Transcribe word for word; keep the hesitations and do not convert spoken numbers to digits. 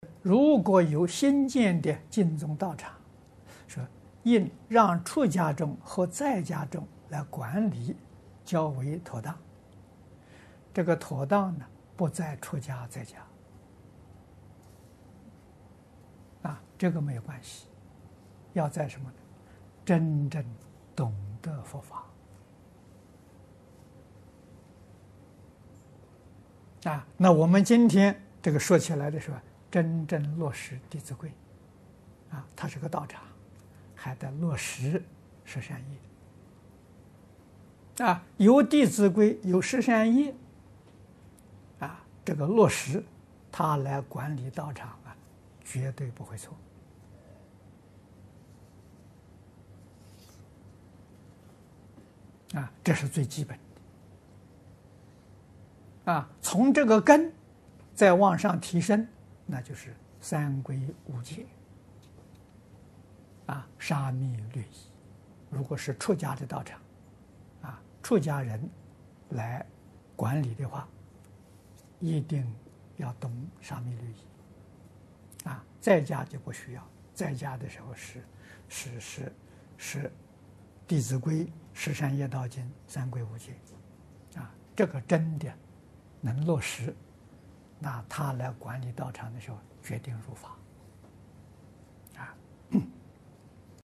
如果有新建的净宗道场，说应让出家众和在家众来管理，较为妥当。这个妥当呢，不在出家在家啊，这个没有关系。要在什么呢？真正懂得佛法啊。那我们今天这个说起来的时候，真正落实《弟子规》啊，它是个道场，还得落实十善业啊。有《弟子规》，有十善业啊，这个落实，他来管理道场啊，绝对不会错啊，这是最基本的啊。从这个根再往上提升，那就是三规五戒啊，沙弥律仪。如果是出家的道场啊，出家人来管理的话，一定要懂沙弥律仪啊。在家就不需要，在家的时候是是是是《弟子规》、十善业道经、三规五戒啊，这个真的能落实，那他来管理道场的时候，决定入法。